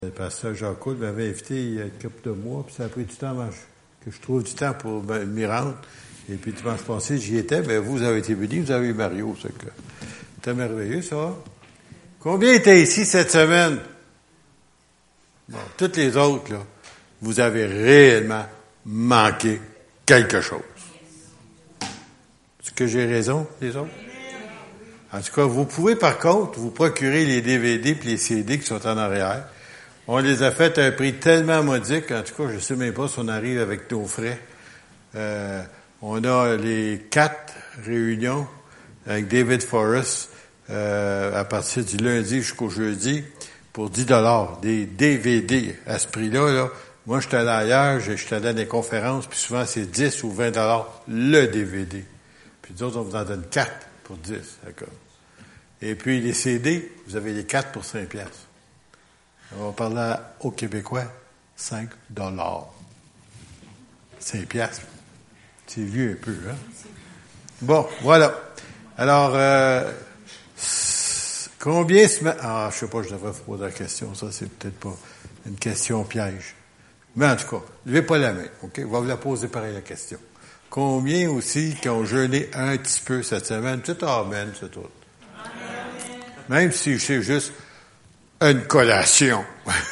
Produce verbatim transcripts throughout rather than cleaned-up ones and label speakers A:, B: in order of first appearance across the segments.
A: Le pasteur Jacques m'avait invité il y a une couple de mois, puis ça a pris du temps avant que je trouve du temps pour m'y rendre. Et puis dimanche passé, j'y étais, mais vous avez été bénis, vous avez eu Mario, c'est que c'était merveilleux, ça. Combien étaient ici cette semaine? Bon, toutes les autres, là, vous avez réellement manqué quelque chose. Est-ce que j'ai raison, les autres? En tout cas, vous pouvez par contre vous procurer les D V D et les C D qui sont en arrière. On les a fait à un prix tellement modique, en tout cas, je ne sais même pas si on arrive avec nos frais. Euh, on a les quatre réunions avec David Forrest euh, à partir du lundi jusqu'au jeudi pour dix dollars, des D V D à ce prix-là. Là. Moi, j'étais allé ailleurs, j'étais allé dans des conférences, puis souvent c'est dix ou vingt dollars le D V D. Puis nous autres, on vous en donne quatre pour dix, d'accord. Et puis les C D, vous avez les quatre pour cinq piastres. On va parler aux Québécois, cinq dollars. cinq piastres. C'est vieux un peu, hein? Bon, voilà. Alors, euh, combien se met... Ah, je sais pas, je devrais vous poser la question. Ça, c'est peut-être pas une question piège. Mais en tout cas, levez pas la main, OK? Je vais vous la poser pareil, la question. Combien aussi qui ont jeûné un petit peu cette semaine? Tout amen, c'est tout. Amen. Même si c'est juste une collation.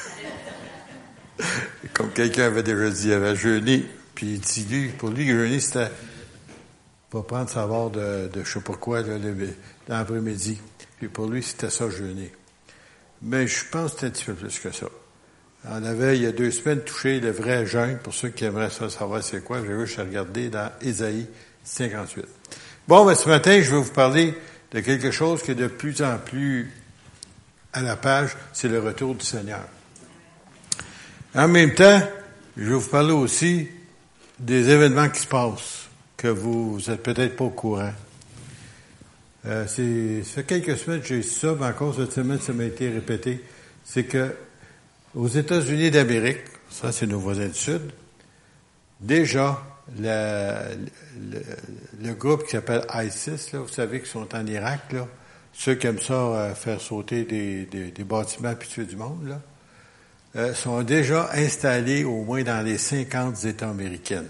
A: Comme quelqu'un avait déjà dit, il avait jeûné, puis il dit, lui, pour lui, jeûner, c'était pas prendre savoir de, de je sais pas quoi, là, le, dans l'après-midi. Puis pour lui, c'était ça, jeûner. Mais je pense que c'était un petit peu plus que ça. On avait, il y a deux semaines, touché le vrai jeûne, pour ceux qui aimeraient ça savoir c'est quoi. J'ai juste à regarder dans Ésaïe cinquante-huit. Bon, ben, ce matin, je vais vous parler de quelque chose qui est de plus en plus à la page, c'est le retour du Seigneur. En même temps, je vais vous parler aussi des événements qui se passent, que vous n'êtes peut-être pas au courant. Euh, c'est, ça fait quelques semaines que j'ai ça, mais encore cette semaine, ça m'a été répété. C'est que aux États-Unis d'Amérique, ça c'est nos voisins du Sud, déjà, la, le, le groupe qui s'appelle ISIS, là, vous savez qu'ils sont en Irak, là, ceux qui aiment ça euh, faire sauter des, des, des bâtiments puis tuer du monde, là, euh, sont déjà installés au moins dans les cinquante États américains.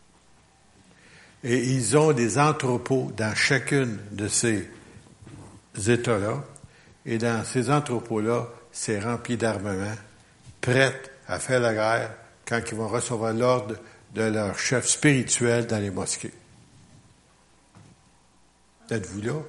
A: Et ils ont des entrepôts dans chacune de ces États-là. Et dans ces entrepôts-là, c'est rempli d'armement, prêts à faire la guerre quand ils vont recevoir l'ordre de leur chef spirituel dans les mosquées. Êtes-vous là?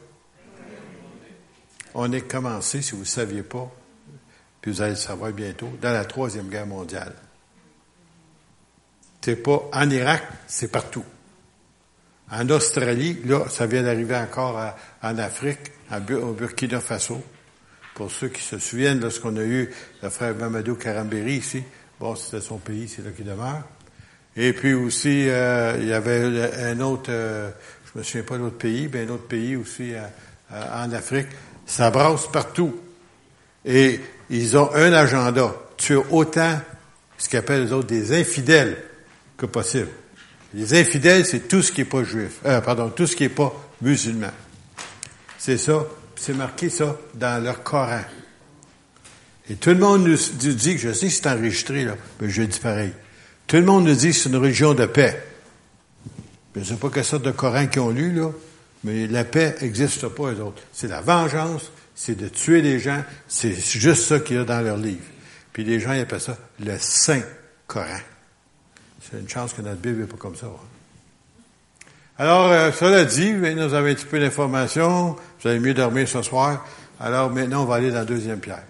A: On est commencé, si vous ne le saviez pas, puis vous allez le savoir bientôt, dans la Troisième Guerre mondiale. C'est pas en Irak, c'est partout. En Australie, là, ça vient d'arriver encore à, en Afrique, à, au Burkina Faso. Pour ceux qui se souviennent, lorsqu'on a eu le frère Mamadou Karambéry ici, bon, c'était son pays, c'est là qu'il demeure. Et puis aussi, euh, il y avait un autre, euh, je me souviens pas de l'autre pays, mais un autre pays aussi euh, euh, en Afrique. Ça brasse partout. Et ils ont un agenda, tuer autant, ce qu'ils appellent les autres, des infidèles que possible. Les infidèles, c'est tout ce qui est pas juif. Euh, pardon, tout ce qui est pas musulman. C'est ça. C'est marqué ça dans leur Coran. Et tout le monde nous dit, je sais que c'est enregistré, là, mais je dis pareil. Tout le monde nous dit que c'est une religion de paix. Je ne sais pas quelle sorte de Coran qu'ils ont lu, là, mais la paix n'existe pas, eux autres. C'est la vengeance, c'est de tuer des gens, c'est juste ça qu'il y a dans leur livre. Puis les gens, ils appellent ça le Saint Coran. C'est une chance que notre Bible n'est pas comme ça. Hein. Alors, euh, cela dit, maintenant, vous avez un petit peu d'informations, vous allez mieux dormir ce soir. Alors, maintenant, on va aller dans la deuxième pierre.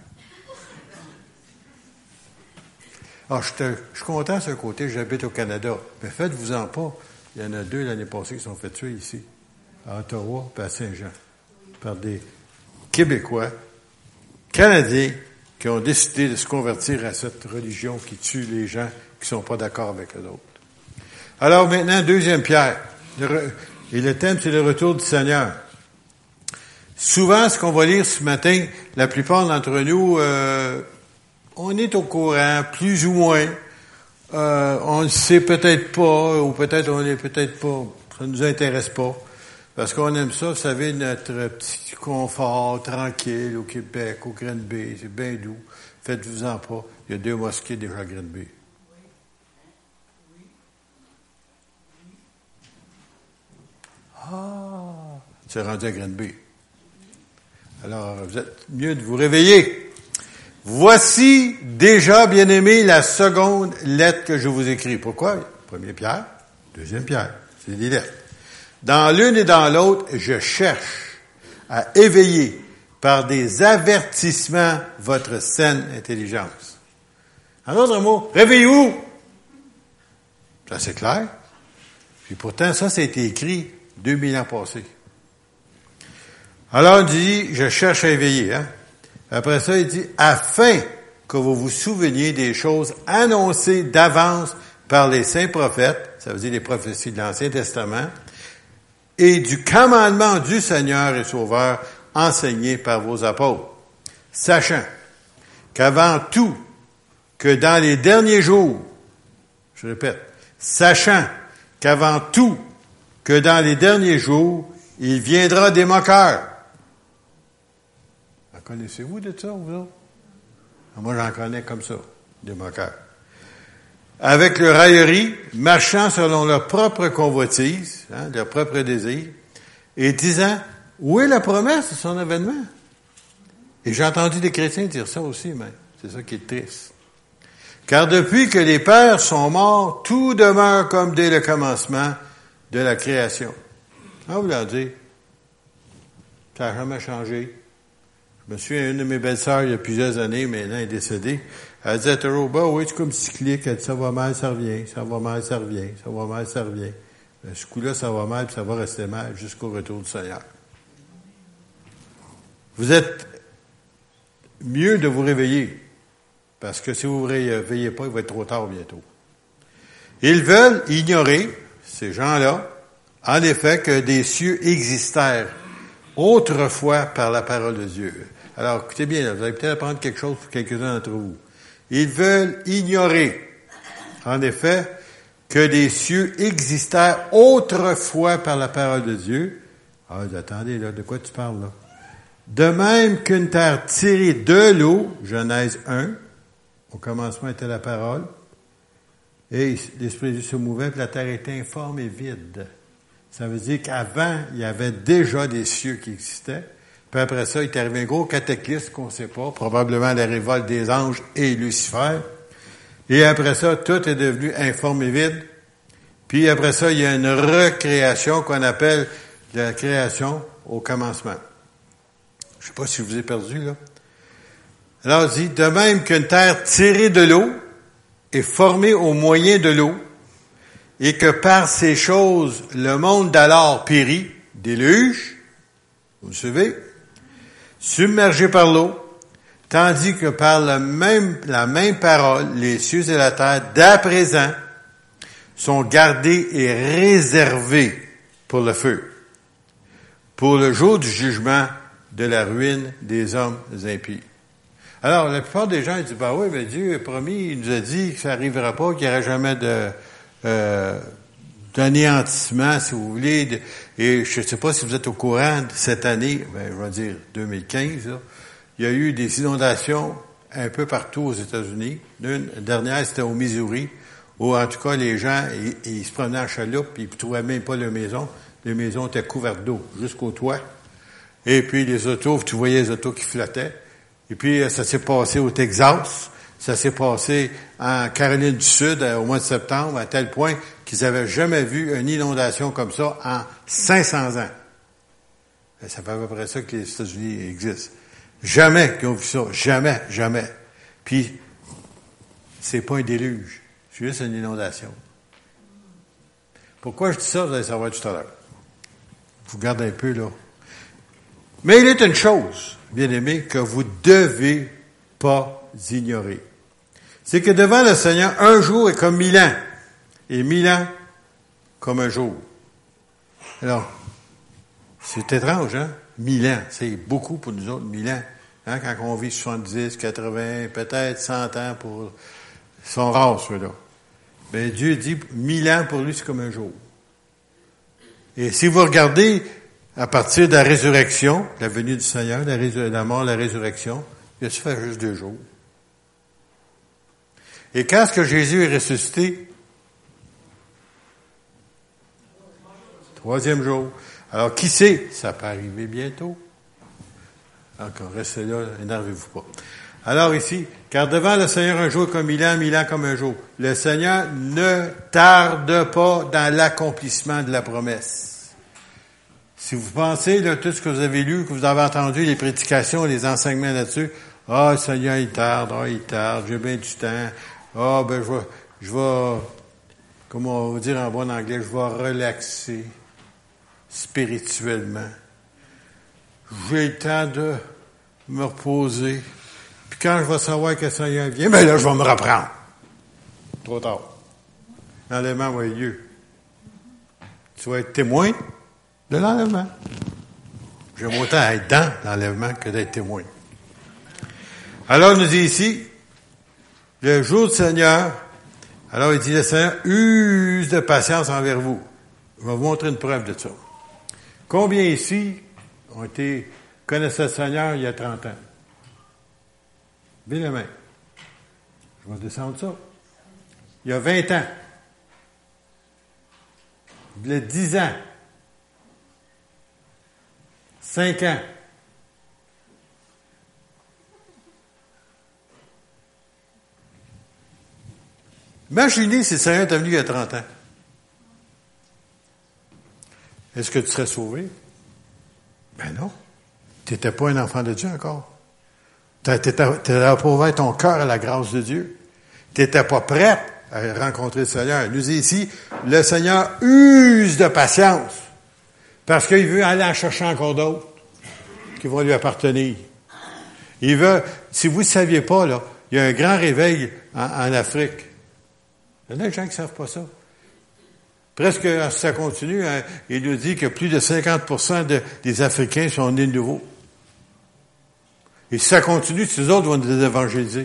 A: Ah, je, te, je suis content de ce côté, j'habite au Canada. Mais faites-vous-en pas. Il y en a deux l'année passée qui sont fait tuer ici, à Ottawa et à Saint-Jean, par des Québécois, Canadiens, qui ont décidé de se convertir à cette religion qui tue les gens qui sont pas d'accord avec eux autres. Alors maintenant, deuxième pierre. Le re... Et le thème, c'est le retour du Seigneur. Souvent, ce qu'on va lire ce matin, la plupart d'entre nous, euh, on est au courant, plus ou moins. Euh, on ne sait peut-être pas, ou peut-être on n'est peut-être pas, ça ne nous intéresse pas. Parce qu'on aime ça, vous savez, notre petit confort tranquille au Québec, au Green Bay, c'est bien doux. Faites-vous-en pas. Il y a deux mosquées déjà à Granby. Ah! C'est rendu à Granby. Alors, vous êtes mieux de vous réveiller. Voici déjà, bien-aimés, la seconde lettre que je vous écris. Pourquoi? Première Pierre, deuxième Pierre. C'est des lettres. Dans l'une et dans l'autre, je cherche à éveiller par des avertissements votre saine intelligence. En d'autres mots, réveillez-vous! Ça, c'est clair. Puis pourtant, ça, ça a été écrit deux mille ans passés. Alors, il dit, je cherche à éveiller, hein. Après ça, il dit, afin que vous vous souveniez des choses annoncées d'avance par les saints prophètes, ça veut dire les prophéties de l'Ancien Testament, et du commandement du Seigneur et Sauveur enseigné par vos apôtres, sachant qu'avant tout, que dans les derniers jours, je répète, sachant qu'avant tout, que dans les derniers jours, il viendra des moqueurs. En connaissez-vous de ça, vous autres? Moi, j'en connais comme ça, des moqueurs. Avec leur raillerie, marchant selon leur propre convoitise, hein, leur propre désir, et disant, où est la promesse de son avènement? Et j'ai entendu des chrétiens dire ça aussi, mais c'est ça qui est triste. Car depuis que les pères sont morts, tout demeure comme dès le commencement de la création. Ah, vous l'avez dit, ça n'a jamais changé. Je me souviens, une de mes belles-sœurs, il y a plusieurs années, maintenant elle est décédée, elle disait à Théro, bah oui, c'est comme cyclique, elle dit, ça va mal, ça revient, ça va mal, ça revient, ça va mal, ça revient. Mais ce coup-là, ça va mal, puis ça va rester mal jusqu'au retour du Seigneur. Vous êtes mieux de vous réveiller, parce que si vous ne vous réveillez pas, il va être trop tard bientôt. Ils veulent ignorer, ces gens-là, en effet, que des cieux existèrent autrefois par la parole de Dieu. Alors, écoutez bien, là, vous allez peut-être apprendre quelque chose pour quelques-uns d'entre vous. Ils veulent ignorer, en effet, que des cieux existèrent autrefois par la parole de Dieu. Ah, attendez, là, de quoi tu parles, là? De même qu'une terre tirée de l'eau, Genèse un, au commencement était la parole, et l'Esprit de Dieu se mouvait, puis la terre était informe et vide. Ça veut dire qu'avant, il y avait déjà des cieux qui existaient. Puis après ça, il est arrivé un gros cataclysme qu'on ne sait pas, probablement la révolte des anges et Lucifer. Et après ça, tout est devenu informe et vide. Puis après ça, il y a une recréation qu'on appelle la création au commencement. Je ne sais pas si je vous ai perdu, là. Alors, il dit, de même qu'une terre tirée de l'eau est formée au moyen de l'eau, et que par ces choses, le monde d'alors périt, déluge, vous me suivez, submergé par l'eau, tandis que par la même, la même parole, les cieux et la terre, d'à présent, sont gardés et réservés pour le feu, pour le jour du jugement de la ruine des hommes impies. Alors, la plupart des gens ils disent, bah oui, mais Dieu a promis, il nous a dit que ça n'arrivera pas, qu'il n'y aurait jamais de euh, d'anéantissement, si vous voulez. De, et je ne sais pas si vous êtes au courant de cette année, ben, je vais dire deux mille quinze, là, il y a eu des inondations un peu partout aux États-Unis. Une dernière, c'était au Missouri, où en tout cas les gens, ils, ils se promenaient en chaloupe, ils ne trouvaient même pas leur maison. Les maisons étaient couvertes d'eau jusqu'au toit. Et puis les autos, tu voyais les autos qui flottaient. Et puis ça s'est passé au Texas, ça s'est passé en Caroline du Sud au mois de septembre, à tel point qu'ils n'avaient jamais vu une inondation comme ça en cinq cents ans. Et ça fait à peu près ça que les États-Unis existent. Jamais qu'ils ont vu ça, jamais, jamais. Puis c'est pas un déluge, c'est juste une inondation. Pourquoi je dis ça, vous allez savoir tout à l'heure. Vous gardez un peu, là. Mais il est une chose, bien-aimés, que vous devez pas ignorer. C'est que devant le Seigneur, un jour est comme mille ans, et mille ans comme un jour. Alors, c'est étrange, hein? Mille ans, c'est beaucoup pour nous autres, mille ans. Hein? Quand on vit soixante-dix, quatre-vingts, peut-être cent ans pour son rare, ceux-là. Mais Dieu dit, mille ans pour lui, c'est comme un jour. Et si vous regardez à partir de la résurrection, la venue du Seigneur, la, résur- la mort, la résurrection, il a-tu fait juste deux jours? Et quand est-ce que Jésus est ressuscité? Troisième jour. Alors, qui sait? Ça peut arriver bientôt. Encore, restez là, énervez-vous pas. Alors ici, car devant le Seigneur un jour comme mille ans, mille ans comme un jour. Le Seigneur ne tarde pas dans l'accomplissement de la promesse. Si vous pensez, là, tout ce que vous avez lu, que vous avez entendu, les prédications, les enseignements là-dessus, ah, le Seigneur, il tarde, ah, il tarde, j'ai bien du temps, ah, ben, je vais, je vais, comment on va dire en bon anglais, je vais relaxer spirituellement. J'ai le temps de me reposer. Puis quand je vais savoir que le Seigneur vient, ben là, je vais me reprendre. Trop tard. L'enlèvement va avoir lieu. Tu vas être témoin de l'enlèvement. J'aime autant être dans l'enlèvement que d'être témoin. Alors, il nous dit ici, le jour du Seigneur, alors il dit, le Seigneur use de patience envers vous. Je vais vous montrer une preuve de ça. Combien ici ont été, connaissaient le Seigneur il y a trente ans? Bien la main. Je vais descendre ça. Il y a vingt ans. Il y a dix ans. cinq ans. Imaginez si le Seigneur était venu il y a trente ans. Est-ce que tu serais sauvé? Ben non. Tu n'étais pas un enfant de Dieu encore. Tu n'étais pas ouvert ton cœur à la grâce de Dieu. Tu n'étais pas prêt à rencontrer le Seigneur. Il nous dit ici, le Seigneur use de patience parce qu'il veut aller en chercher encore d'autres qui vont lui appartenir. Il veut, si vous ne saviez pas, là, il y a un grand réveil en, en Afrique. Il y en a des gens qui ne savent pas ça. Presque, si ça continue, hein, il nous dit que plus de cinquante pour cent de, des Africains sont nés de nouveau. Et si ça continue, ces autres vont nous évangéliser.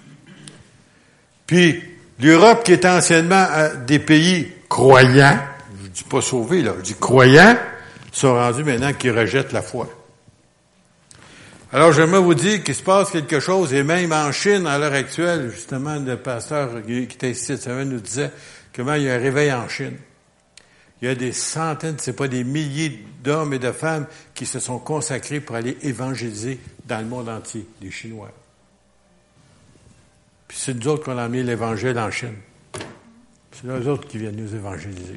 A: Puis, l'Europe, qui était anciennement euh, des pays croyants, je ne dis pas sauvés, là, je dis croyants, sont rendus maintenant qu'ils rejettent la foi. Alors, j'aimerais vous dire qu'il se passe quelque chose, et même en Chine, à l'heure actuelle, justement, le pasteur qui était ici cette semaine nous disait comment il y a un réveil en Chine. Il y a des centaines, c'est pas des milliers d'hommes et de femmes qui se sont consacrés pour aller évangéliser dans le monde entier, des Chinois. Puis c'est nous autres qu'on a mis l'Évangile en Chine. C'est eux autres qui viennent nous évangéliser.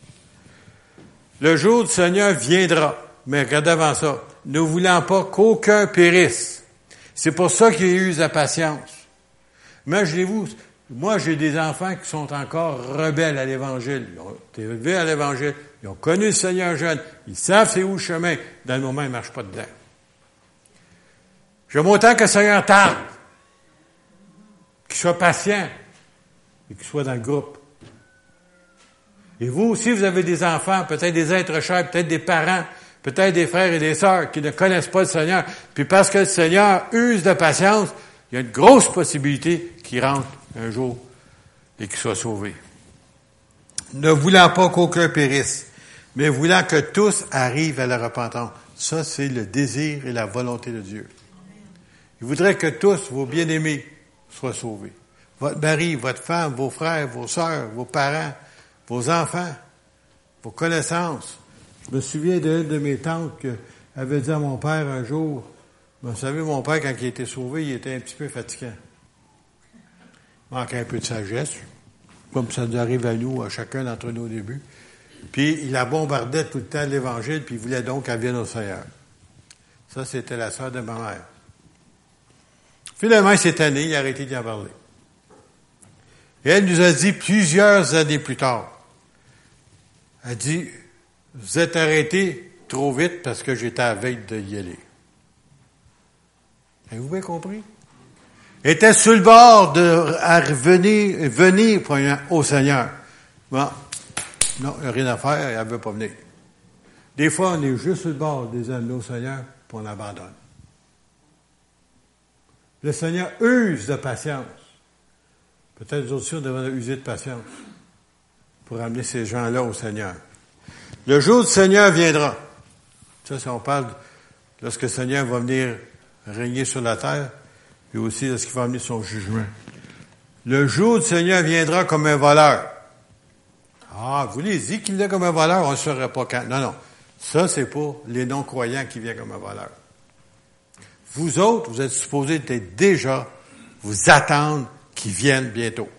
A: Le jour du Seigneur viendra, mais regardez avant ça, ne voulant pas qu'aucun périsse. C'est pour ça qu'il use la patience. Imaginez-vous, moi j'ai des enfants qui sont encore rebelles à l'Évangile. Ils ont été élevés à l'Évangile, ils ont connu le Seigneur jeune, ils savent c'est où le chemin. Dans le moment, ils ne marchent pas dedans. J'aime autant que le Seigneur tarde, qu'il soit patient et qu'il soit dans le groupe. Et vous aussi, vous avez des enfants, peut-être des êtres chers, peut-être des parents, peut-être des frères et des sœurs qui ne connaissent pas le Seigneur. Puis parce que le Seigneur use de patience, il y a une grosse possibilité qu'il rentre un jour et qu'il soit sauvé. Ne voulant pas qu'aucun périsse, mais voulant que tous arrivent à la repentance. Ça, c'est le désir et la volonté de Dieu. Il voudrait que tous, vos bien-aimés, soient sauvés. Votre mari, votre femme, vos frères, vos sœurs, vos parents, vos enfants, vos connaissances. Je me souviens d'une de mes tantes qui avait dit à mon père un jour, vous savez, mon père, quand il était sauvé, il était un petit peu fatigant. Il manquait un peu de sagesse, comme ça nous arrive à nous, à chacun d'entre nous au début. Puis, il la bombardait tout le temps de l'Évangile, puis il voulait donc qu'elle vienne au Seigneur. Ça, c'était la sœur de ma mère. Finalement, cette année, il a arrêté d'y en parler. Et elle nous a dit plusieurs années plus tard, elle dit, vous êtes arrêtés trop vite parce que j'étais à la veille d'y aller. Avez-vous bien compris? Elle était sur le bord de à revenir, venir au Seigneur. Bon, non, il n'y a rien à faire, elle ne veut pas venir. Des fois, on est juste sur le bord des amener au Seigneur, puis on abandonne. Le Seigneur use de patience. Peut-être nous aussi, on devrait user de patience pour amener ces gens-là au Seigneur. Le jour du Seigneur viendra. Ça, si on parle lorsque le Seigneur va venir régner sur la terre, et aussi lorsqu'il va amener son jugement. Le jour du Seigneur viendra comme un voleur. Ah, vous les dites qu'il vient comme un voleur, on ne saurait pas quand. Non, non. Ça, c'est pour les non-croyants qui viennent comme un voleur. Vous autres, vous êtes supposés d'être déjà, vous attendre qu'il vienne bientôt.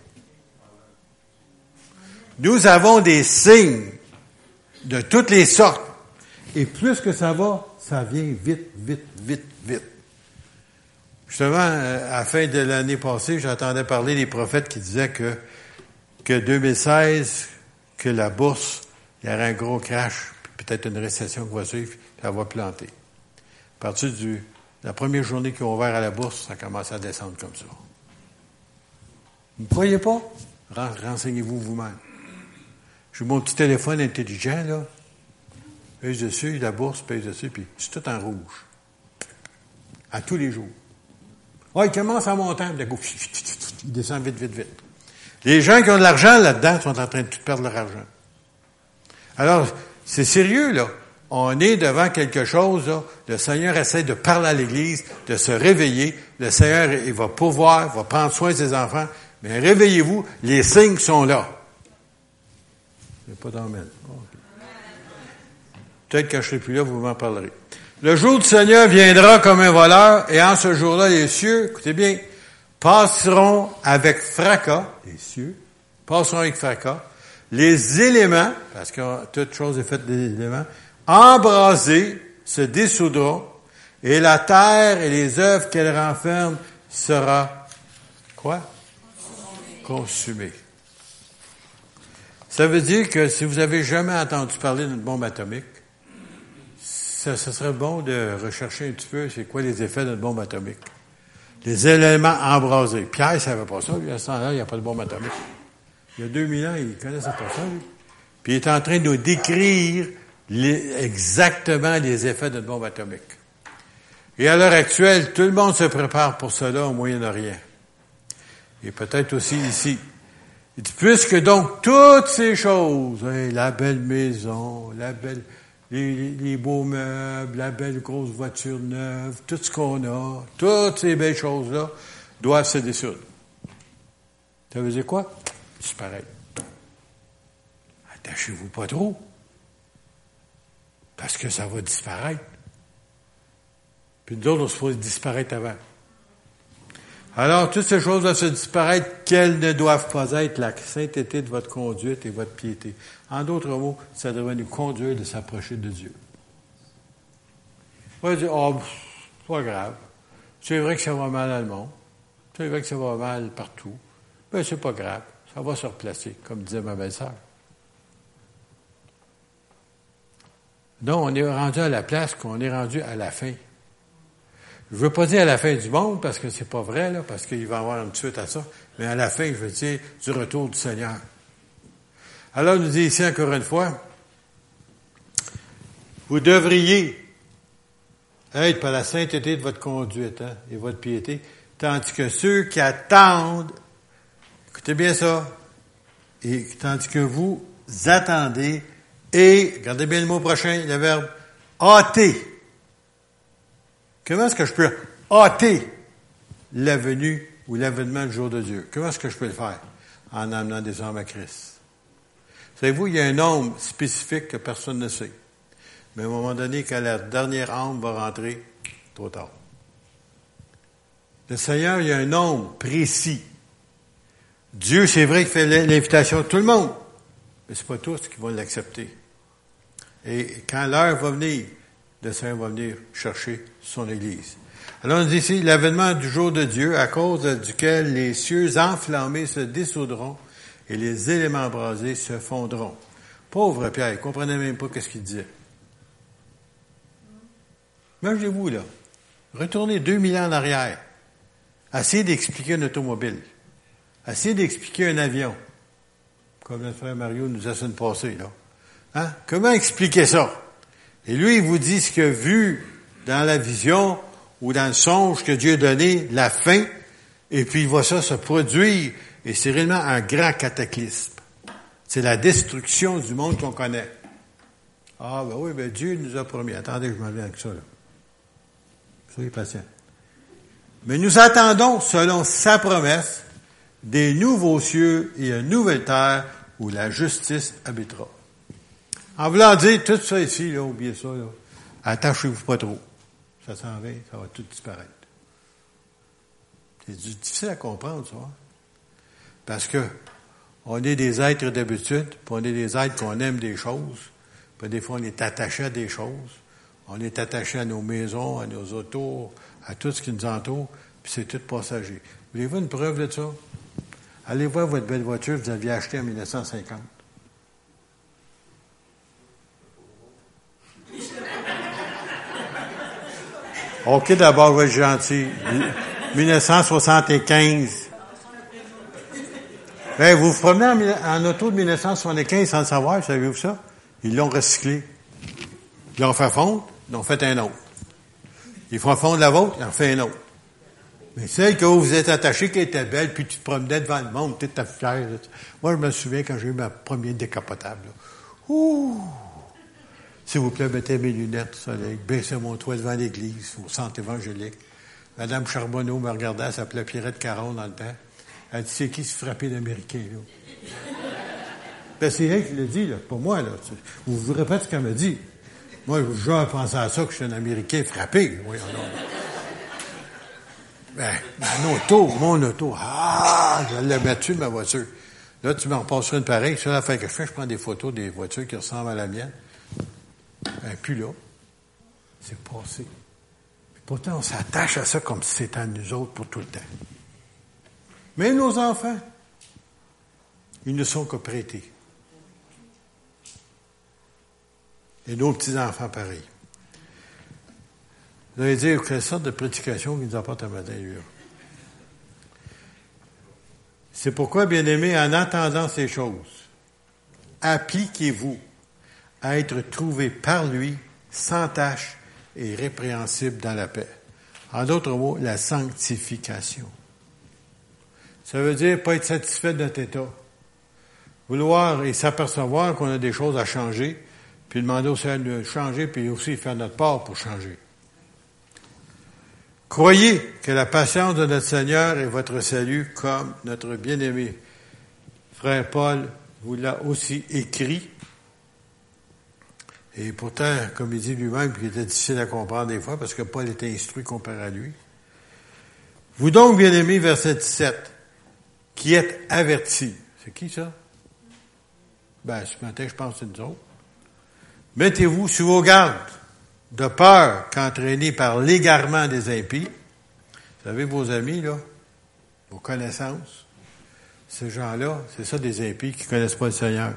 A: Nous avons des signes de toutes les sortes. Et plus que ça va, ça vient vite, vite, vite, vite. Justement, à la fin de l'année passée, j'entendais parler des prophètes qui disaient que, que deux mille seize, que la bourse, il y aurait un gros crash, puis peut-être une récession qui va suivre, puis elle va planter. À partir du, la première journée qu'ils ont ouvert à la bourse, ça commence à descendre comme ça. Vous ne croyez pas? Renseignez-vous vous-même. J'ai mon petit téléphone intelligent, là. Pèse dessus, la bourse pèse dessus, puis c'est tout en rouge. À tous les jours. Ah, il commence à monter, puis il descend vite, vite, vite. Les gens qui ont de l'argent là-dedans sont en train de tout perdre leur argent. Alors, c'est sérieux, là. On est devant quelque chose, là. Le Seigneur essaie de parler à l'Église, de se réveiller. Le Seigneur, il va pouvoir, va prendre soin de ses enfants. Mais réveillez-vous, les signes sont là. Il n'y a pas d'emmène. Peut-être que je ne serai plus là, vous m'en parlerez. Le jour du Seigneur viendra comme un voleur, et en ce jour-là, les cieux, écoutez bien, passeront avec fracas, les cieux, passeront avec fracas, les éléments, parce que toute chose est faite des éléments, embrasés, se dissoudront, et la terre et les œuvres qu'elle renferme sera, quoi? Consumée. Ça veut dire que si vous avez jamais entendu parler d'une bombe atomique, ça, ça serait bon de rechercher un petit peu c'est quoi les effets d'une bombe atomique. Les éléments embrasés. Pierre ne savait pas ça, lui, à ce temps-là, il n'y a pas de bombe atomique. Il y a deux mille ans, il connaissait pas ça, lui. Puis il est en train de nous décrire les, exactement les effets d'une bombe atomique. Et à l'heure actuelle, tout le monde se prépare pour cela au Moyen-Orient. Et peut-être aussi ici. Il dit, puisque donc toutes ces choses, hein, la belle maison, la belle, les, les, les beaux meubles, la belle grosse voiture neuve, tout ce qu'on a, toutes ces belles choses-là doivent se dissoudre. Ça veut dire quoi? Disparaître. Attachez-vous pas trop. Parce que ça va disparaître. Puis nous autres, on se faut disparaître avant. Alors, toutes ces choses doivent se disparaître, qu'elles ne doivent pas être la sainteté de votre conduite et votre piété. En d'autres mots, ça devrait nous conduire de s'approcher de Dieu. On va dire, oh, c'est pas grave. C'est vrai que ça va mal dans le monde. C'est vrai que ça va mal partout. Mais c'est pas grave. Ça va se replacer, comme disait ma belle-sœur. Donc, on est rendu à la place qu'on est rendu à la fin. Je veux pas dire à la fin du monde, parce que c'est pas vrai, là, parce qu'il va y avoir une suite à ça, mais à la fin, je veux dire, du retour du Seigneur. Alors, il nous dit ici encore une fois, vous devriez être par la sainteté de votre conduite, hein, et votre piété, tandis que ceux qui attendent, écoutez bien ça, et tandis que vous attendez, et, regardez bien le mot prochain, le verbe, hâter. Comment est-ce que je peux hâter la venue ou l'avènement du jour de Dieu? Comment est-ce que je peux le faire? En amenant des hommes à Christ. Savez-vous, il y a un nombre spécifique que personne ne sait. Mais à un moment donné, quand la dernière âme va rentrer, trop tard. Le Seigneur, il y a un nombre précis. Dieu, c'est vrai qu'il fait l'invitation à tout le monde, mais c'est pas tous qui vont l'accepter. Et quand l'heure va venir, le Seigneur va venir chercher son Église. Alors on dit ici, l'avènement du jour de Dieu, à cause duquel les cieux enflammés se dissoudront et les éléments embrasés se fondront. Pauvre Pierre, il ne comprenait même pas ce qu'il disait. Imaginez-vous, là, retournez deux mille ans en arrière, essayez d'expliquer une automobile, essayez d'expliquer un avion, comme notre frère Mario nous a semaine passée, là. Hein? Comment expliquer ça? Et lui, il vous dit ce qu'il a vu dans la vision ou dans le songe que Dieu a donné, la fin, et puis il voit ça se produire, et c'est réellement un grand cataclysme. C'est la destruction du monde qu'on connaît. Ah, ben oui, ben Dieu nous a promis. Attendez, je m'en viens avec ça, là. Soyez patients. Mais nous attendons, selon sa promesse, des nouveaux cieux et une nouvelle terre où la justice habitera. En voulant dire tout ça ici, là, oubliez ça, là. Attachez-vous pas trop. Ça s'en va, ça va tout disparaître. C'est difficile à comprendre, ça. Hein? Parce que on est des êtres d'habitude, puis on est des êtres qu'on aime des choses, puis des fois on est attaché à des choses. On est attaché à nos maisons, à nos autos, à tout ce qui nous entoure, puis c'est tout passager. Voulez-vous une preuve de ça? Allez voir votre belle voiture que vous aviez achetée en mille neuf cent cinquante. OK, d'abord, vous êtes gentil. dix-neuf cent soixante-quinze. Ben, vous vous promenez en, en auto de dix-neuf cent soixante-quinze sans le savoir, savez-vous ça? Ils l'ont recyclé. Ils l'ont fait fondre, ils l'ont fait un autre. Ils font fondre la vôtre, ils en fait un autre. Mais celle que vous êtes attaché, qui était belle, puis tu te promenais devant le monde, tu étais fier. Là. Moi, je me souviens quand j'ai eu ma première décapotable. Là. Ouh! S'il vous plaît, mettez mes lunettes, soleil, baissez mon toit devant l'église, au centre évangélique. Madame Charbonneau me regardait, elle s'appelait Pierrette Caron dans le temps. Elle dit, c'est qui se frappait d'Américain, là? Ben, c'est elle qui l'a dit, là, pas moi, là. Vous vous répétez ce qu'elle m'a dit. Moi, je pensais à ça, que je suis un Américain frappé. Oui, non. Ben, mon auto, mon auto. Ah, je l'ai battu, ma voiture. Là, tu m'en repasseras une pareille. C'est la fin que je fais, je prends des photos des voitures qui ressemblent à la mienne. Ben, puis là, c'est passé. Puis pourtant, on s'attache à ça comme si c'était à nous autres pour tout le temps. Mais nos enfants, ils ne sont que prêtés. Et nos petits-enfants, pareil. Vous allez dire, quelle sorte de prédication qui nous apporte un matin, lui? C'est pourquoi, bien-aimés, en attendant ces choses, appliquez-vous à être trouvés par lui, sans tache et répréhensible dans la paix. En d'autres mots, la sanctification. Ça veut dire pas être satisfait de notre état. Vouloir et s'apercevoir qu'on a des choses à changer, puis demander au Seigneur de changer, puis aussi faire notre part pour changer. Croyez que la patience de notre Seigneur est votre salut, comme notre bien-aimé frère Paul vous l'a aussi écrit. Et pourtant, comme il dit lui-même, qu'il était difficile à comprendre des fois, parce que Paul était instruit comparé à lui. Vous donc, bien-aimés, verset dix-sept, qui êtes avertis. C'est qui ça? Ben, ce matin, je pense que c'est nous autres. Mettez-vous sur vos gardes, de peur qu'entraînés par l'égarement des impies, vous savez, vos amis, là, vos connaissances, ces gens-là, c'est ça des impies qui ne connaissent pas le Seigneur.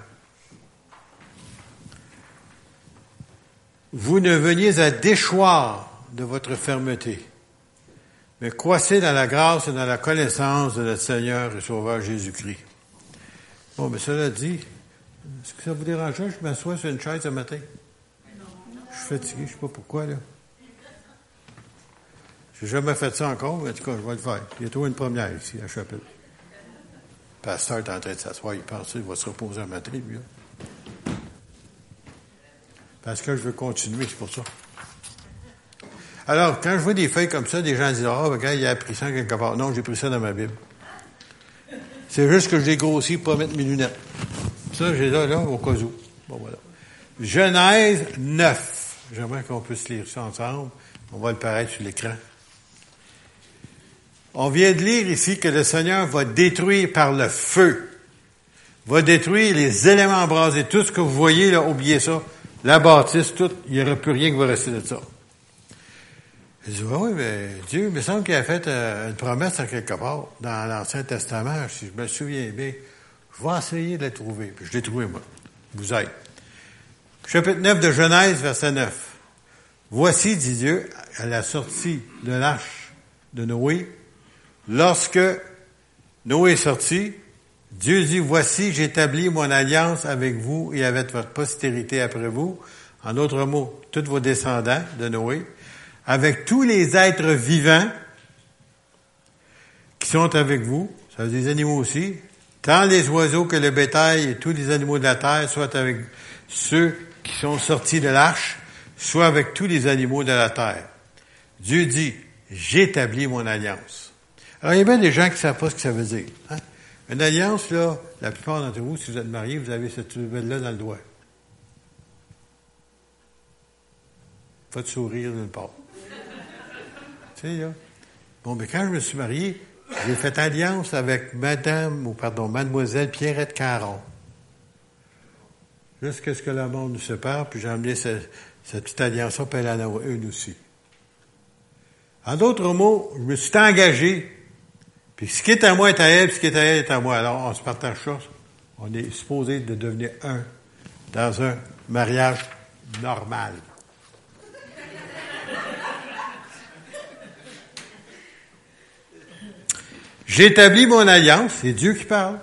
A: Vous ne veniez à déchoir de votre fermeté, mais croissez dans la grâce et dans la connaissance de notre Seigneur et Sauveur Jésus-Christ. Bon, mais cela dit, est-ce que ça vous dérangerait? Je m'assois sur une chaise ce matin. Je suis fatigué, je ne sais pas pourquoi, là. J'ai jamais fait ça encore, mais en tout cas, je vais le faire. Il y a toujours une première ici, à la chapelle. Le pasteur est en train de s'asseoir, il pense qu'il va se reposer un matin, lui, là. Parce que je veux continuer, c'est pour ça. Alors, quand je vois des feuilles comme ça, des gens disent, ah, oh, regarde, il a appris ça quelque part. Non, j'ai pris ça dans ma Bible. C'est juste que je l'ai grossi pour pas mettre mes lunettes. Ça, j'ai là, là, au cas où. Bon, voilà. Genèse neuf. J'aimerais qu'on puisse lire ça ensemble. On va le paraître sur l'écran. On vient de lire ici que le Seigneur va détruire par le feu, va détruire les éléments embrasés. Tout ce que vous voyez, là, oubliez ça. La bâtisse, tout, il n'y aura plus rien qui va rester de ça. Je dis, oui, mais Dieu, il me semble qu'il a fait euh, une promesse à quelque part dans l'Ancien Testament, si je me souviens bien. Je vais essayer de la trouver. Puis je l'ai trouvé, moi. Vous êtes. Chapitre neuf de Genèse, verset neuf. Voici, dit Dieu, à la sortie de l'arche de Noé, lorsque Noé est sorti, Dieu dit, voici, j'établis mon alliance avec vous et avec votre postérité après vous. En d'autres mots, tous vos descendants de Noé, avec tous les êtres vivants qui sont avec vous, ça veut dire des animaux aussi, tant les oiseaux que le bétail et tous les animaux de la terre, soit avec ceux qui sont sortis de l'arche, soit avec tous les animaux de la terre. Dieu dit, j'établis mon alliance. Alors, il y a bien des gens qui ne savent pas ce que ça veut dire. Hein? Une alliance, là, la plupart d'entre vous, si vous êtes mariés, vous avez cette nouvelle-là dans le doigt. Pas de sourire d'une part. Tu sais, là. Bon, mais quand je me suis marié, j'ai fait alliance avec Madame, ou pardon, Mademoiselle Pierrette Caron. Jusqu'à ce que la mort nous sépare, puis j'ai emmené cette, cette petite alliance-là, puis elle en a une aussi. En d'autres mots, je me suis engagé, puis ce qui est à moi est à elle, puis ce qui est à elle est à moi. Alors, on se partage ça. On est supposé de devenir un dans un mariage normal. J'établis mon alliance, c'est Dieu qui parle,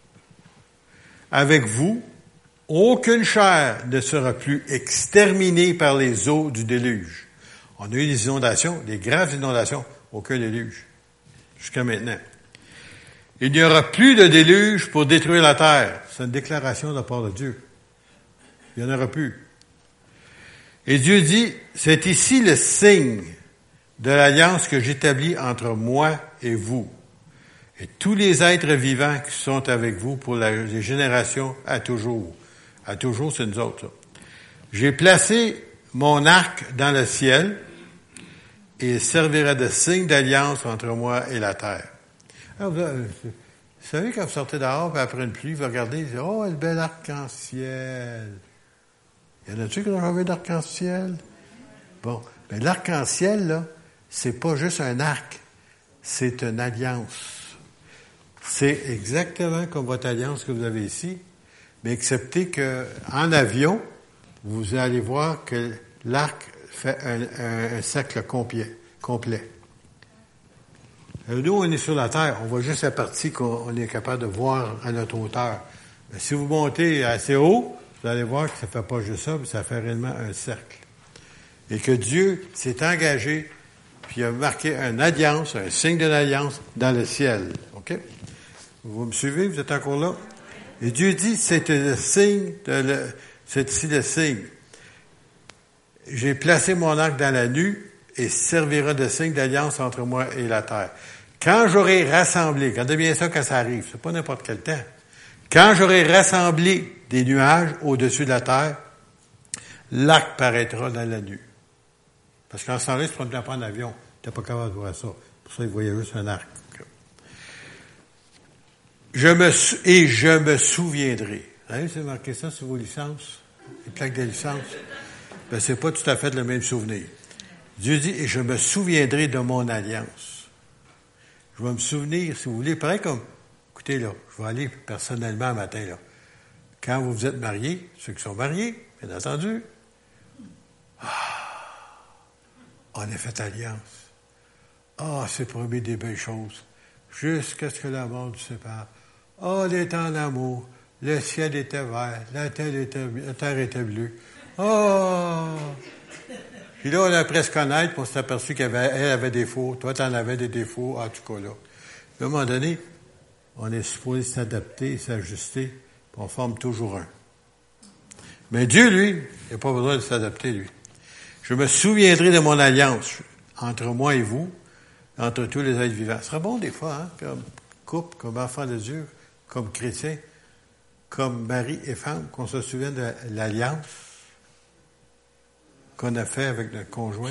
A: avec vous. Aucune chair ne sera plus exterminée par les eaux du déluge. On a eu des inondations, des graves inondations, aucun déluge, jusqu'à maintenant. Il n'y aura plus de déluge pour détruire la terre. C'est une déclaration de la part de Dieu. Il n'y en aura plus. Et Dieu dit, c'est ici le signe de l'alliance que j'établis entre moi et vous, et tous les êtres vivants qui sont avec vous pour la, les générations à toujours. À toujours, c'est nous autres, ça. J'ai placé mon arc dans le ciel et il servira de signe d'alliance entre moi et la terre. Alors, vous, vous savez, quand vous sortez dehors, puis après une pluie, vous regardez, vous dites, oh, le bel arc-en-ciel. Y en a-tu qui ont vu d'arc-en-ciel? Bon, mais l'arc-en-ciel, là, c'est pas juste un arc, c'est une alliance. C'est exactement comme votre alliance que vous avez ici, mais excepté que en avion, vous allez voir que l'arc fait un, un, un cercle complet. complet. Alors, nous, on est sur la Terre, on voit juste la partie qu'on est capable de voir à notre hauteur. Mais si vous montez assez haut, vous allez voir que ça ne fait pas juste ça, mais ça fait réellement un cercle. Et que Dieu s'est engagé, puis a marqué une alliance, un signe de l'alliance dans le ciel. OK? Vous me suivez? Vous êtes encore là? Et Dieu dit, c'est le signe de le, c'est ici le signe. J'ai placé mon arc dans la nue et servira de signe d'alliance entre moi et la terre. Quand j'aurai rassemblé, regardez bien ça quand ça arrive, c'est pas n'importe quel temps. Quand j'aurai rassemblé des nuages au-dessus de la terre, l'arc paraîtra dans la nue. Parce qu'en ce temps-là, tu ne prends pas en avion, tu n'es pas capable de voir ça. Pour ça, il voyait juste un arc. Je me, et je me souviendrai. Vous avez marqué ça sur vos licences? Les plaques de licence? Ben, c'est pas tout à fait le même souvenir. Dieu dit, et je me souviendrai de mon alliance. Je vais me souvenir, si vous voulez, pareil comme, écoutez, là, je vais aller personnellement un matin, là. Quand vous vous êtes mariés, ceux qui sont mariés, bien entendu, ah, on a fait alliance. Ah, c'est promis des belles choses. Jusqu'à ce que la mort nous sépare. Ah, oh, on était en amour. Le ciel était vert. La terre était, la terre était bleue. Ah! Oh. Puis là, on a presque connaître, puis on s'est aperçu qu'elle avait, elle avait des défauts. Toi, tu en avais des défauts. En tout cas, là. À un moment donné, on est supposé s'adapter, s'ajuster, puis on forme toujours un. Mais Dieu, lui, il n'a pas besoin de s'adapter, lui. Je me souviendrai de mon alliance entre moi et vous, entre tous les êtres vivants. Ce serait bon des fois, hein, comme couple, comme enfant de Dieu, comme chrétien, comme mari et femme, qu'on se souvienne de l'alliance qu'on a fait avec notre conjoint.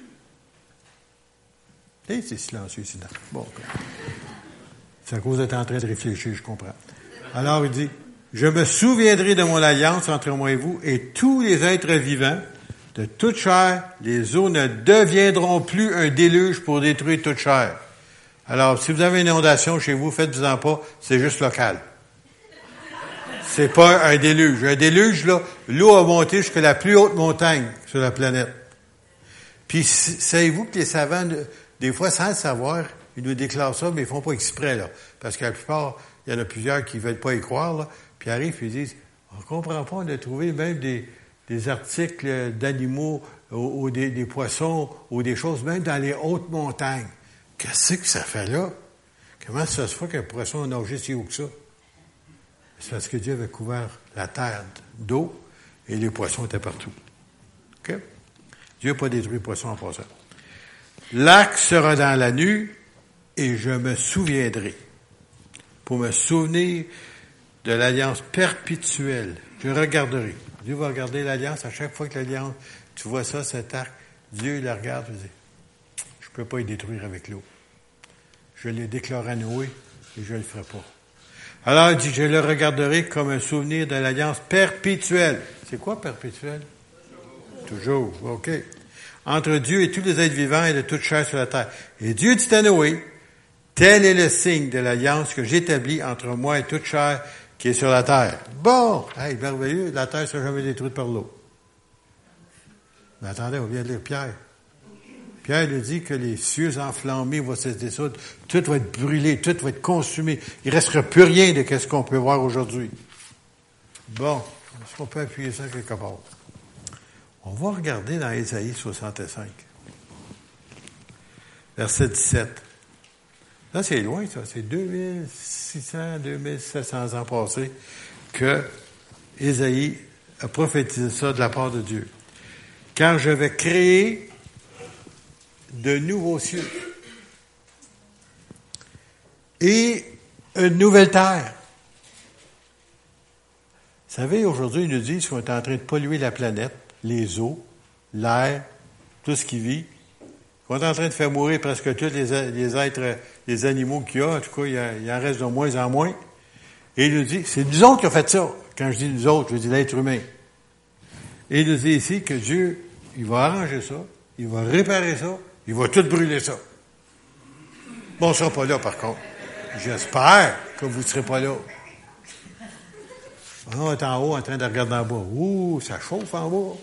A: Et c'est silencieux ici. Bon, c'est à cause d'être en train de réfléchir, je comprends. Alors il dit, je me souviendrai de mon alliance entre moi et vous, et tous les êtres vivants, de toute chair, les eaux ne deviendront plus un déluge pour détruire toute chair. Alors, si vous avez une inondation chez vous, faites-vous-en pas, c'est juste local. C'est pas un déluge. Un déluge, là, l'eau a monté jusqu'à la plus haute montagne sur la planète. Puis, savez-vous que les savants, des fois, sans le savoir, ils nous déclarent ça, mais ils font pas exprès, là. Parce que la plupart, il y en a plusieurs qui veulent pas y croire, là. Puis ils arrivent, puis ils disent, on comprend pas, on a trouvé même des, des articles d'animaux, ou, ou des, des poissons, ou des choses, même dans les hautes montagnes. Qu'est-ce que ça fait là? Comment ça se fait qu'un poisson a nagé si haut que ça? C'est parce que Dieu avait couvert la terre d'eau et les poissons étaient partout. OK? Dieu n'a pas détruit les poissons en passant. L'arc sera dans la nue et je me souviendrai. pour me souvenir de l'alliance perpétuelle. Je regarderai. Dieu va regarder l'alliance. À chaque fois que l'alliance, tu vois ça, cet arc, Dieu il la regarde et dit, je ne peux pas y détruire avec l'eau. Je l'ai déclaré à Noé et je ne le ferai pas. Alors il dit, je le regarderai comme un souvenir de l'alliance perpétuelle. C'est quoi perpétuelle? Toujours. Toujours, OK. Entre Dieu et tous les êtres vivants et de toute chair sur la terre. Et Dieu dit à Noé, tel est le signe de l'alliance que j'établis entre moi et toute chair qui est sur la terre. Bon, hey, merveilleux, la terre ne sera jamais détruite par l'eau. Mais attendez, on vient de lire Pierre. Pierre nous dit que les cieux enflammés vont se dissoudre, tout va être brûlé, tout va être consumé. Il ne restera plus rien de ce qu'on peut voir aujourd'hui. Bon, est-ce qu'on peut appuyer ça quelque part? On va regarder dans Ésaïe soixante-cinq, verset dix-sept. Là, c'est loin, ça. C'est deux mille six cents, deux mille sept cents ans passés que Ésaïe a prophétisé ça de la part de Dieu. Car je vais créer de nouveaux cieux et une nouvelle terre. Vous savez, aujourd'hui, ils nous disent qu'on est en train de polluer la planète, les eaux, l'air, tout ce qui vit. On est en train de faire mourir presque tous les, les êtres, les animaux qu'il y a. En tout cas, il, y a, il en reste de moins en moins. Et il nous dit, c'est nous autres qui avons fait ça. Quand je dis nous autres, je dis l'être humain. Et il nous dit ici que Dieu, il va arranger ça, il va réparer ça, il va tout brûler ça. Bon, on ne sera pas là, par contre. J'espère que vous ne serez pas là. On est en haut en train de regarder en bas. Ouh, ça chauffe en bas.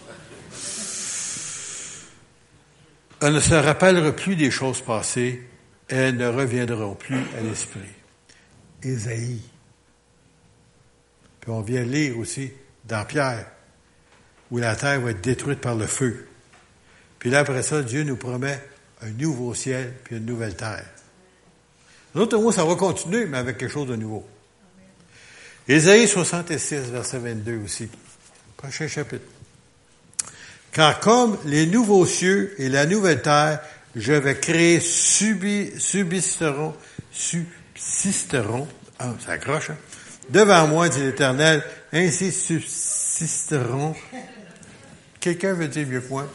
A: Elle ne se rappellera plus des choses passées, elles ne reviendront plus à l'esprit. Ésaïe. Puis on vient lire aussi dans Pierre, où la terre va être détruite par le feu. Puis là, après ça, Dieu nous promet un nouveau ciel puis une nouvelle terre. D'autres mots, ça va continuer, mais avec quelque chose de nouveau. Ésaïe soixante-six, verset vingt-deux aussi. Prochain chapitre. Car comme les nouveaux cieux et la nouvelle terre, je vais créer subi, subsisteront, subsisteront, ah, ça accroche, hein? Devant moi, dit l'Éternel, ainsi subsisteront. Quelqu'un veut dire mieux que moi?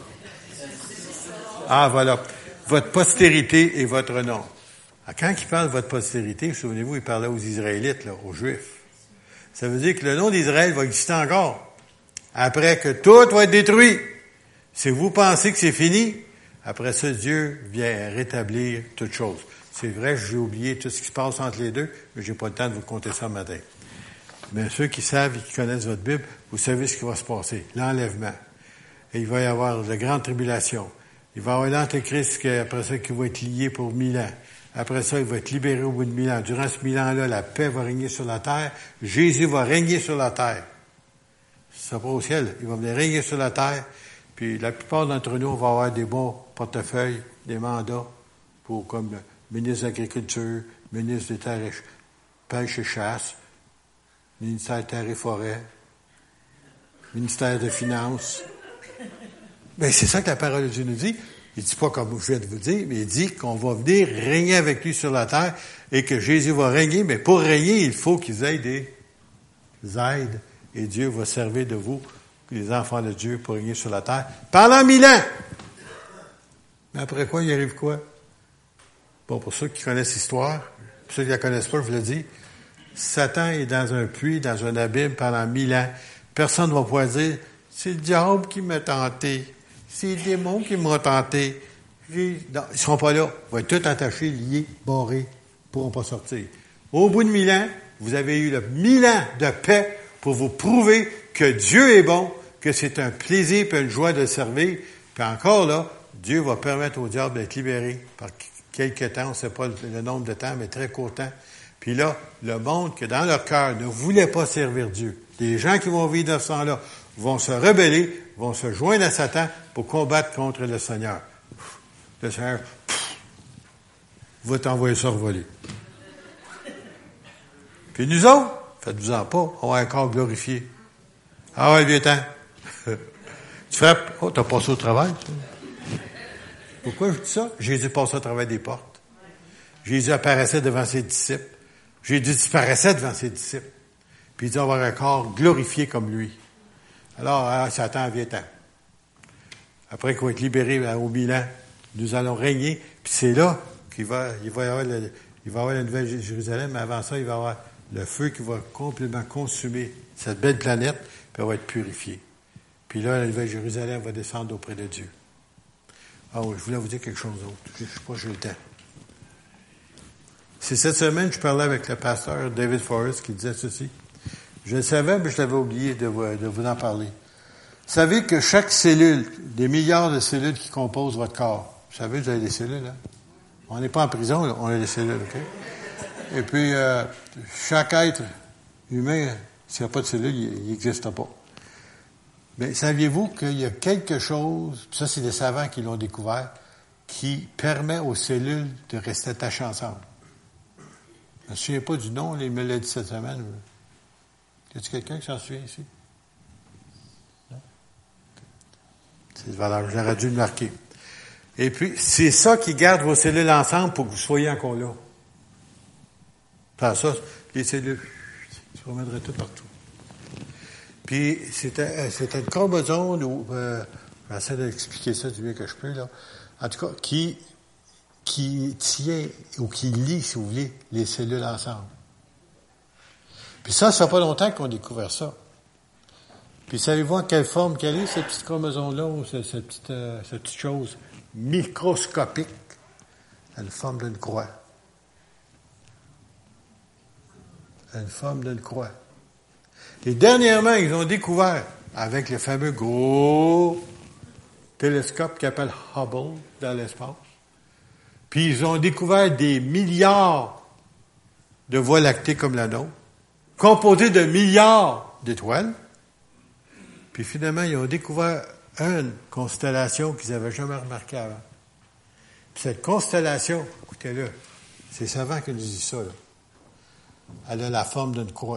A: Ah, voilà. Votre postérité et votre nom. Alors, quand il parle de votre postérité, souvenez-vous, il parlait aux Israélites, là, aux Juifs. Ça veut dire que le nom d'Israël va exister encore. Après que tout va être détruit. Si vous pensez que c'est fini, après ça, Dieu vient rétablir toutes choses. C'est vrai, j'ai oublié tout ce qui se passe entre les deux, mais j'ai pas le temps de vous conter ça le matin. Mais ceux qui savent et qui connaissent votre Bible, vous savez ce qui va se passer. L'enlèvement. Et il va y avoir de grandes tribulations. Il va y avoir l'Antéchrist, après ça, qui va être lié pour mille ans. Après ça, il va être libéré au bout de mille ans. Durant ce mille ans-là, la paix va régner sur la terre. Jésus va régner sur la terre. Ça pas au ciel. Il va venir régner sur la terre. Puis la plupart d'entre nous, on va avoir des bons portefeuilles, des mandats pour comme le ministre de l'Agriculture, ministre des Terres et Pêche et Chasse, ministère des Terres et Forêts, ministère des Finances. Bien, c'est ça que la parole de Dieu nous dit. Il dit pas comme je viens de vous dire, mais il dit qu'on va venir régner avec lui sur la terre et que Jésus va régner. Mais pour régner, il faut qu'ils aient des aides. Et Dieu va servir de vous, les enfants de Dieu, pour régner sur la terre pendant mille ans. Mais après quoi, il arrive quoi? Bon, pour ceux qui connaissent l'histoire, pour ceux qui ne la connaissent pas, je vous le dis, Satan est dans un puits, dans un abîme pendant mille ans. Personne ne va pouvoir dire, c'est le diable qui m'a tenté. C'est les démons qui m'ont tenté. Non, ils ne seront pas là. Ils vont être tous attachés, liés, barrés. Ils ne pourront pas sortir. Au bout de mille ans, vous avez eu le mille ans de paix pour vous prouver que Dieu est bon, que c'est un plaisir et une joie de le servir. Puis encore là, Dieu va permettre au diable d'être libéré par quelques temps. On ne sait pas le nombre de temps, mais très court temps. Puis là, le monde que dans leur cœur ne voulait pas servir Dieu, les gens qui vont vivre dans ce temps-là, vont se rebeller, vont se joindre à Satan pour combattre contre le Seigneur. Le Seigneur pff, va t'envoyer ça revoler. Puis nous autres, faites-vous-en pas, on va un corps glorifié. Ah ouais, viens-t'en. Tu frappes, oh, t'as passé au travail. Ça. Pourquoi je dis ça? Jésus passait au travers des portes. Jésus apparaissait devant ses disciples. Jésus disparaissait devant ses disciples. Puis il dit avoir un corps glorifié comme lui. Alors, ah, Satan vient-t'en. Après qu'on va être libéré au Milan, nous allons régner. Puis c'est là qu'il va, il va y avoir le, il va y avoir la Nouvelle Jérusalem, mais avant ça, il va y avoir le feu qui va complètement consumer cette belle planète, puis elle va être purifiée. Puis là, la Nouvelle Jérusalem va descendre auprès de Dieu. Ah oui, je voulais vous dire quelque chose d'autre. Je ne sais pas si j'ai le temps. C'est cette semaine que je parlais avec le pasteur David Forrest qui disait ceci. Je le savais, mais je l'avais oublié de vous, de vous en parler. Vous savez que chaque cellule, des milliards de cellules qui composent votre corps, vous savez, vous avez des cellules, hein? On n'est pas en prison, là, on a des cellules, OK? Et puis, euh, chaque être humain, s'il n'y a pas de cellules, il n'existe pas. Mais saviez-vous qu'il y a quelque chose, ça c'est des savants qui l'ont découvert, qui permet aux cellules de rester attachées ensemble? Je ne me souviens pas du nom, il me l'a dit cette semaine. Y a-t-il quelqu'un qui s'en souvient ici? Non? C'est valable, j'aurais dû le marquer. Et puis, c'est ça qui garde vos cellules ensemble pour que vous soyez encore là. Par ça, les cellules se remettraient tout partout. Puis, c'était, c'était une chromosome, où, euh, j'essaie d'expliquer ça du mieux que je peux, là. En tout cas, qui, qui tient, ou qui lie, si vous voulez, les cellules ensemble. Puis ça, ça fait pas longtemps qu'on a découvert ça. Puis savez-vous en quelle forme qu'elle est, cette petite chromosome-là, ou cette, cette, petite, euh, cette petite chose microscopique? Elle a une forme d'une croix. Elle a une forme d'une croix. Et dernièrement, ils ont découvert, avec le fameux gros télescope qu'ils appellent Hubble dans l'espace, puis ils ont découvert des milliards de voies lactées comme la nôtre, composées de milliards d'étoiles. Puis finalement, ils ont découvert une constellation qu'ils n'avaient jamais remarquée avant. Puis cette constellation, écoutez-le, c'est savant qui nous dit ça, là. Elle a la forme d'une croix.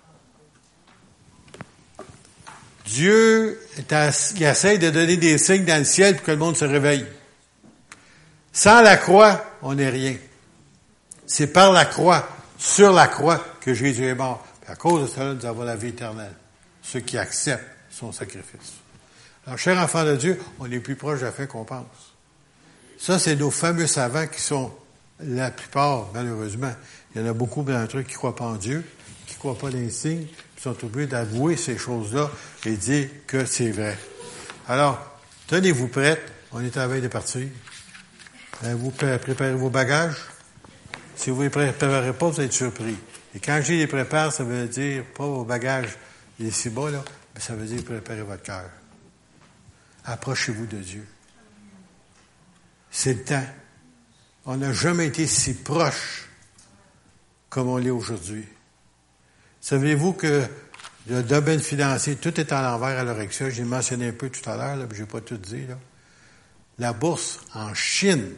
A: Dieu, est à, il essaie de donner des signes dans le ciel pour que le monde se réveille. Sans la croix, on n'est rien. C'est par la croix, sur la croix, que Jésus est mort. Puis à cause de cela, nous avons la vie éternelle. Ceux qui acceptent son sacrifice. Alors, chers enfants de Dieu, on est plus proche de la fin qu'on pense. Ça, c'est nos fameux savants qui sont, la plupart, malheureusement, il y en a beaucoup d'entre eux qui ne croient pas en Dieu, qui ne croient pas dans les signes, qui sont obligés d'avouer ces choses-là et dire que c'est vrai. Alors, tenez-vous prêtes. On est à la veille de partir. Vous préparez vos bagages. Si vous ne les préparez pas, vous allez être surpris. Et quand je les prépare, ça veut dire pas vos bagages ici-bas, là, mais ça veut dire préparer votre cœur. Approchez-vous de Dieu. C'est le temps. On n'a jamais été si proche comme on l'est aujourd'hui. Savez-vous que le domaine financier, tout est à l'envers à l'heure actuelle. J'ai mentionné un peu tout à l'heure, là, mais je n'ai pas tout dit, là. La bourse en Chine,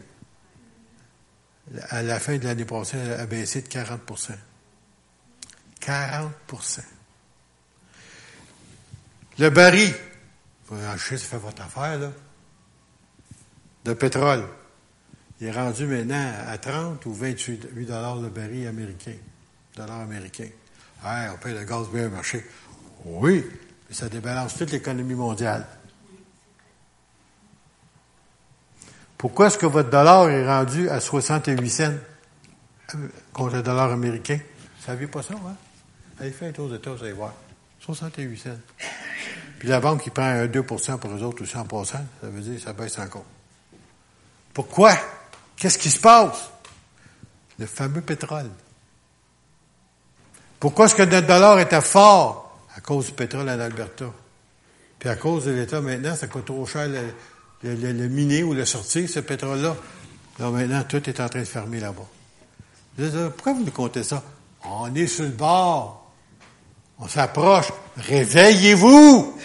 A: à la fin de l'année passée, a baissé de quarante pour cent. quarante pour cent. Le baril, en Chine, ça fait votre affaire, là, de pétrole, il est rendu maintenant à trente ou vingt-huit dollars le baril américain. Dollars américains. Hey, on paye le gaz bien marché. Oui, mais ça débalance toute l'économie mondiale. Pourquoi est-ce que votre dollar est rendu à soixante-huit cents contre le dollar américain? Vous ne saviez pas ça, hein? Allez faire un tour de temps, vous allez voir. soixante-huit cents. Puis la banque qui prend un deux pour cent pour eux autres aussi en passant, ça veut dire que ça baisse encore. Pourquoi? Qu'est-ce qui se passe? Le fameux pétrole. Pourquoi est-ce que notre dollar était fort? À cause du pétrole en Alberta. Puis à cause de l'État, maintenant, ça coûte trop cher le, le, le, le miner ou le sortir, ce pétrole-là. Là, maintenant, tout est en train de fermer là-bas. Pourquoi vous nous comptez ça? On est sur le bord. On s'approche. Réveillez-vous!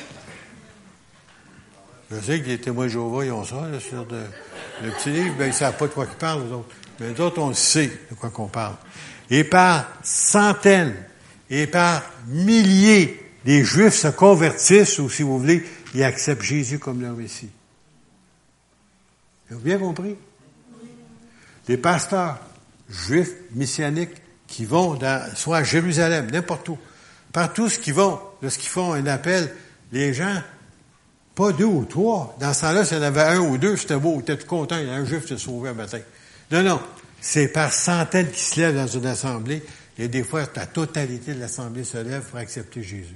A: Je sais que les témoins de Jéhovah, ils ont ça, là, sur de, le petit livre, ben, ils ne savent pas de quoi ils parlent, les autres. Mais les autres, on le sait de quoi qu'on parle. Et par centaines, et par milliers, les Juifs se convertissent, ou si vous voulez, ils acceptent Jésus comme leur Messie. Vous avez bien compris? Les pasteurs juifs, messianiques, qui vont dans, soit à Jérusalem, n'importe où, partout ce qu'ils vont, lorsqu'ils font un appel, les gens, pas deux ou trois, dans ce temps-là, s'il y en avait un ou deux, c'était beau, t'es tout content, il y a un juif qui s'est sauvé un matin. Non, non, c'est par centaines qui se lèvent dans une assemblée, et des fois, la totalité de l'assemblée se lève pour accepter Jésus.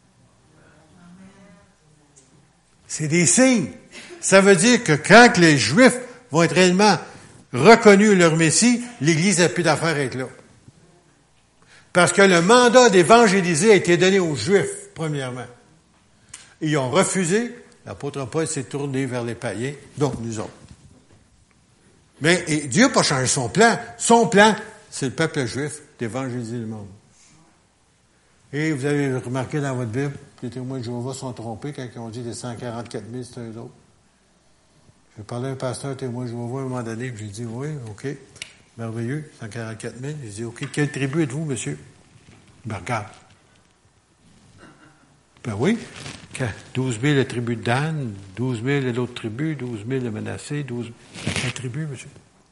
A: C'est des signes. Ça veut dire que quand les Juifs vont être réellement reconnus leur Messie, l'Église n'a plus d'affaire à être là. Parce que le mandat d'évangéliser a été donné aux Juifs, premièrement. Ils ont refusé, l'apôtre Paul s'est tourné vers les païens, donc nous autres. Mais et Dieu n'a pas changé son plan. Son plan, c'est le peuple juif d'évangéliser le monde. Et vous avez remarqué dans votre Bible, les témoins de Jéhovah sont trompés quand ils ont dit les cent quarante-quatre mille, c'est eux autres. J'ai parlé à un pasteur témoin de Jéhovah à un moment donné, puis j'ai dit, oui, OK, merveilleux, cent quarante-quatre mille. J'ai dit, OK, quelle tribu êtes-vous, monsieur? Ben, regarde. Ben oui, douze mille la tribu de Dan, douze mille de l'autre tribu, douze mille de Manassé, douze mille. Quelle tribu, monsieur?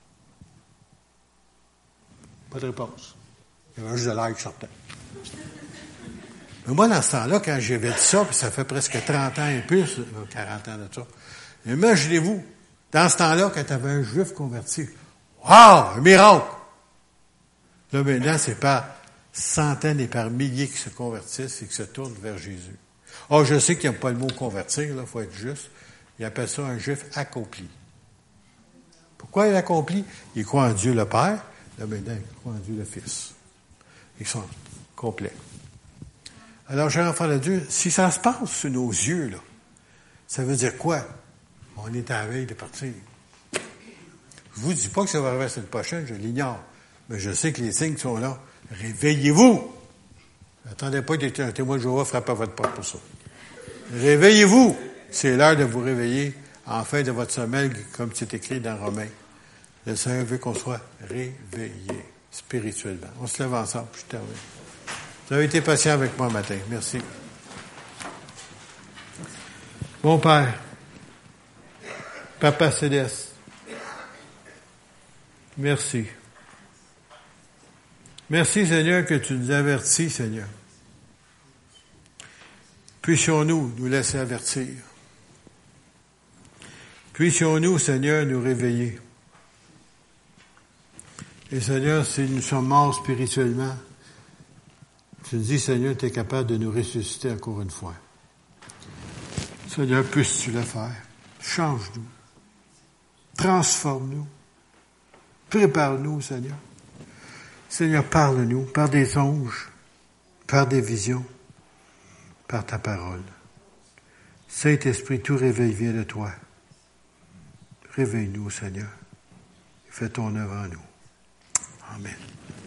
A: Pas de réponse. Il y avait juste de l'air qui sortait. Mais moi, dans ce temps-là, quand j'avais dit ça, puis ça fait presque trente ans et plus, quarante ans de ça, imaginez-vous, dans ce temps-là, quand tu avais un juif converti, wow, un miracle! Là, maintenant, c'est par centaines et par milliers qui se convertissent et qui se tournent vers Jésus. Oh, je sais qu'il n'y a pas le mot convertir, là, il faut être juste. Il appelle ça un juif accompli. Pourquoi il accomplit? Il croit en Dieu le Père, là, maintenant, il croit en Dieu le Fils. Ils sont complets. Alors, chers enfants de Dieu, si ça se passe sous nos yeux, là, ça veut dire quoi? On est à la veille de partir. Je vous dis pas que ça va arriver la semaine prochaine, je l'ignore. Mais je sais que les signes sont là. Réveillez-vous! Attendez pas d'être un témoin de Jéhovah frappe à votre porte pour ça. Réveillez-vous! C'est l'heure de vous réveiller en fin de votre sommeil, comme c'est écrit dans Romains. Le Seigneur veut qu'on soit réveillés spirituellement. On se lève ensemble, je termine. Vous avez été patient avec moi matin. Merci. Mon Père, Papa Céleste, merci. Merci, Seigneur, que tu nous avertis, Seigneur. Puissions-nous nous laisser avertir. Puissions-nous, Seigneur, nous réveiller. Et Seigneur, si nous sommes morts spirituellement, tu nous dis, Seigneur, tu es capable de nous ressusciter encore une fois. Seigneur, puisses-tu le faire? Change-nous. Transforme-nous. Prépare-nous, Seigneur. Seigneur, parle-nous par des songes, par des visions, par ta parole. Saint-Esprit, tout réveil vient de toi. Réveille-nous, Seigneur, et fais ton œuvre en nous. Amen.